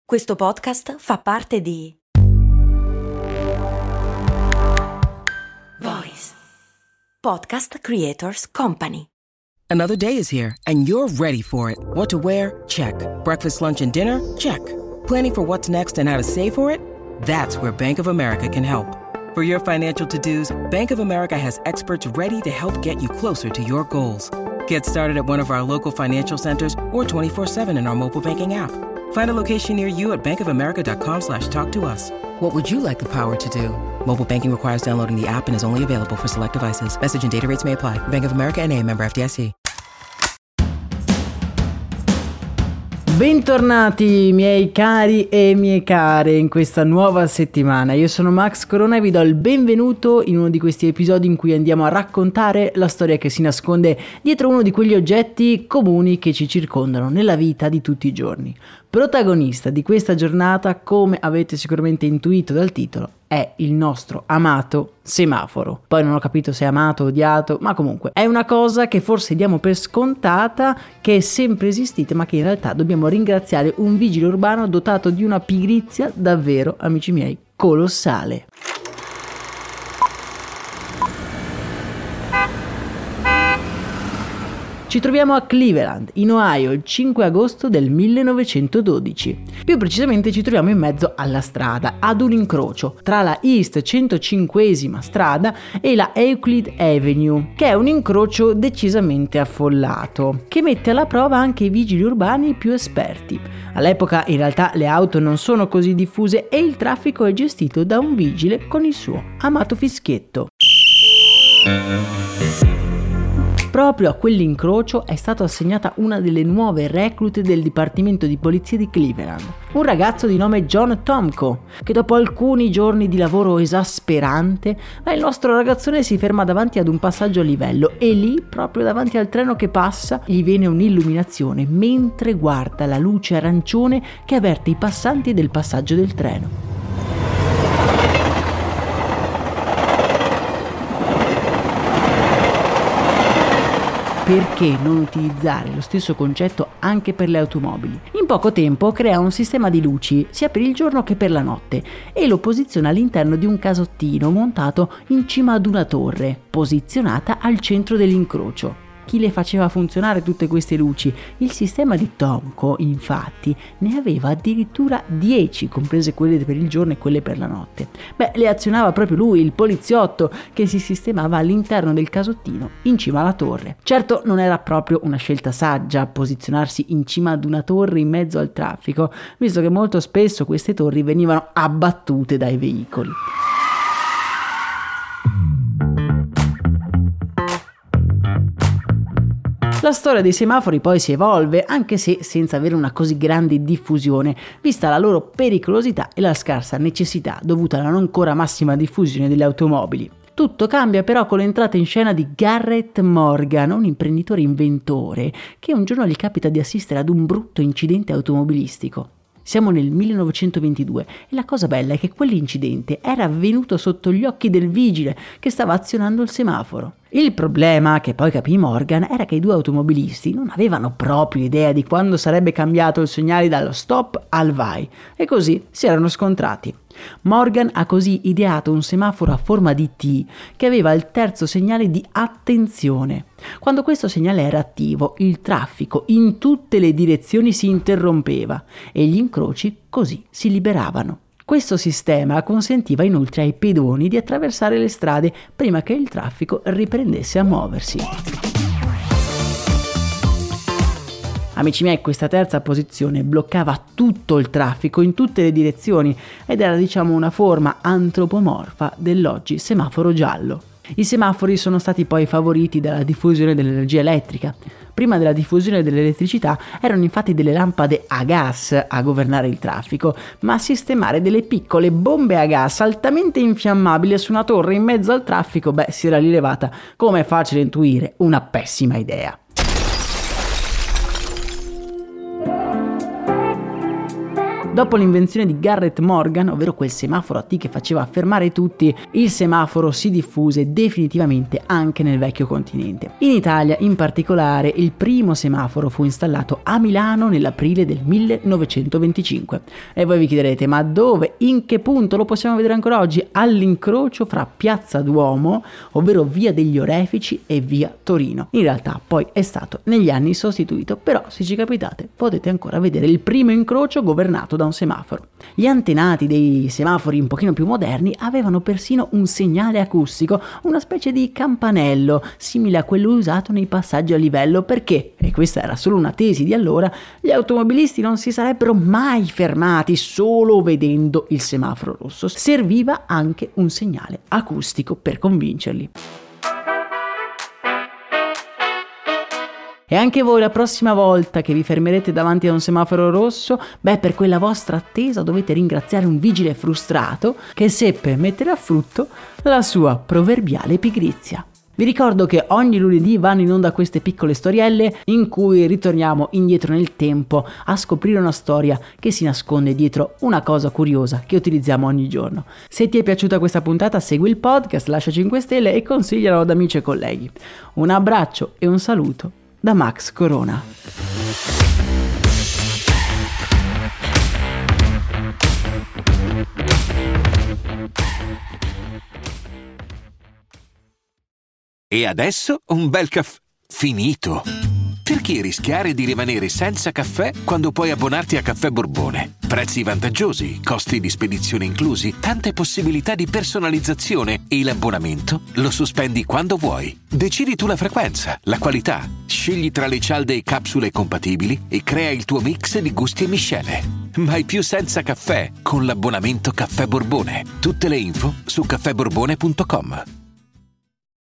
Questo podcast fa parte di Voice Podcast Creators Company. Another day is here, and you're ready for it. What to wear? Check. Breakfast, lunch, and dinner? Check. Planning for what's next and how to save for it? That's where Bank of America can help. For your financial to-dos, Bank of America has experts ready to help get you closer to your goals. Get started at one of our local financial centers or 24/7 in our mobile banking app. Find a location near you at bankofamerica.com/talktous. What would you like the power to do? Mobile banking requires downloading the app and is only available for select devices. Message and data rates may apply. Bank of America N.A., member FDIC. Bentornati miei cari e mie care in questa nuova settimana. Io sono Max Corona e vi do il benvenuto in uno di questi episodi in cui andiamo a raccontare la storia che si nasconde dietro uno di quegli oggetti comuni che ci circondano nella vita di tutti i giorni. Protagonista di questa giornata, come avete sicuramente intuito dal titolo, è il nostro amato semaforo. Poi non ho capito se è amato o odiato, ma comunque è una cosa che forse diamo per scontata, che è sempre esistita, ma che in realtà dobbiamo ringraziare un vigile urbano dotato di una pigrizia davvero, amici miei, colossale. Ci troviamo a Cleveland, in Ohio, il 5 agosto del 1912. Più precisamente ci troviamo in mezzo alla strada, ad un incrocio tra la East 105esima strada e la Euclid Avenue, che è un incrocio decisamente affollato, che mette alla prova anche i vigili urbani più esperti. All'epoca in realtà le auto non sono così diffuse e il traffico è gestito da un vigile con il suo amato fischietto. Proprio a quell'incrocio è stata assegnata una delle nuove reclute del Dipartimento di Polizia di Cleveland, un ragazzo di nome John Tomko, che dopo alcuni giorni di lavoro esasperante, il nostro ragazzone si ferma davanti ad un passaggio a livello e lì, proprio davanti al treno che passa, gli viene un'illuminazione mentre guarda la luce arancione che avverte i passanti del passaggio del treno. Perché non utilizzare lo stesso concetto anche per le automobili? In poco tempo crea un sistema di luci sia per il giorno che per la notte e lo posiziona all'interno di un casottino montato in cima ad una torre, posizionata al centro dell'incrocio. Chi le faceva funzionare tutte queste luci? Il sistema di Tomko, infatti, ne aveva addirittura 10, comprese quelle per il giorno e quelle per la notte. Le azionava proprio lui, il poliziotto, che si sistemava all'interno del casottino, in cima alla torre. Certo, non era proprio una scelta saggia posizionarsi in cima ad una torre in mezzo al traffico, visto che molto spesso queste torri venivano abbattute dai veicoli. La storia dei semafori poi si evolve, anche se senza avere una così grande diffusione, vista la loro pericolosità e la scarsa necessità dovuta alla non ancora massima diffusione delle automobili. Tutto cambia però con l'entrata in scena di Garrett Morgan, un imprenditore inventore, che un giorno gli capita di assistere ad un brutto incidente automobilistico. Siamo nel 1922 e la cosa bella è che quell'incidente era avvenuto sotto gli occhi del vigile che stava azionando il semaforo. Il problema, che poi capì Morgan, era che i due automobilisti non avevano proprio idea di quando sarebbe cambiato il segnale dallo stop al vai e così si erano scontrati. Morgan ha così ideato un semaforo a forma di T che aveva il terzo segnale di attenzione. Quando questo segnale era attivo, il traffico in tutte le direzioni si interrompeva e gli incroci così si liberavano. Questo sistema consentiva inoltre ai pedoni di attraversare le strade prima che il traffico riprendesse a muoversi. Amici miei, questa terza posizione bloccava tutto il traffico in tutte le direzioni ed era una forma antropomorfa dell'oggi semaforo giallo. I semafori sono stati poi favoriti dalla diffusione dell'energia elettrica. Prima della diffusione dell'elettricità erano infatti delle lampade a gas a governare il traffico, ma sistemare delle piccole bombe a gas altamente infiammabili su una torre in mezzo al traffico, si era rilevata, come è facile intuire, una pessima idea. Dopo l'invenzione di Garrett Morgan, ovvero quel semaforo a T che faceva fermare tutti, il semaforo si diffuse definitivamente anche nel vecchio continente. In Italia, in particolare, il primo semaforo fu installato a Milano nell'aprile del 1925. E voi vi chiederete, ma dove? In che punto? Lo possiamo vedere ancora oggi? All'incrocio fra Piazza Duomo, ovvero Via degli Orefici, e Via Torino. In realtà poi è stato negli anni sostituito, però se ci capitate potete ancora vedere il primo incrocio governato da un semaforo. Gli antenati dei semafori un pochino più moderni avevano persino un segnale acustico, una specie di campanello simile a quello usato nei passaggi a livello, perché, e questa era solo una tesi di allora, gli automobilisti non si sarebbero mai fermati solo vedendo il semaforo rosso. Serviva anche un segnale acustico per convincerli. E anche voi la prossima volta che vi fermerete davanti a un semaforo rosso, per quella vostra attesa dovete ringraziare un vigile frustrato che seppe mettere a frutto la sua proverbiale pigrizia. Vi ricordo che ogni lunedì vanno in onda queste piccole storielle in cui ritorniamo indietro nel tempo a scoprire una storia che si nasconde dietro una cosa curiosa che utilizziamo ogni giorno. Se ti è piaciuta questa puntata, segui il podcast, lascia 5 stelle e consiglialo ad amici e colleghi. Un abbraccio e un saluto da Max Corona. E adesso un bel caffè finito. Perché rischiare di rimanere senza caffè quando puoi abbonarti a Caffè Borbone? Prezzi vantaggiosi, costi di spedizione inclusi, tante possibilità di personalizzazione e l'abbonamento lo sospendi quando vuoi. Decidi tu la frequenza, la qualità, scegli tra le cialde e capsule compatibili e crea il tuo mix di gusti e miscele. Mai più senza caffè con l'abbonamento Caffè Borbone. Tutte le info su caffèborbone.com.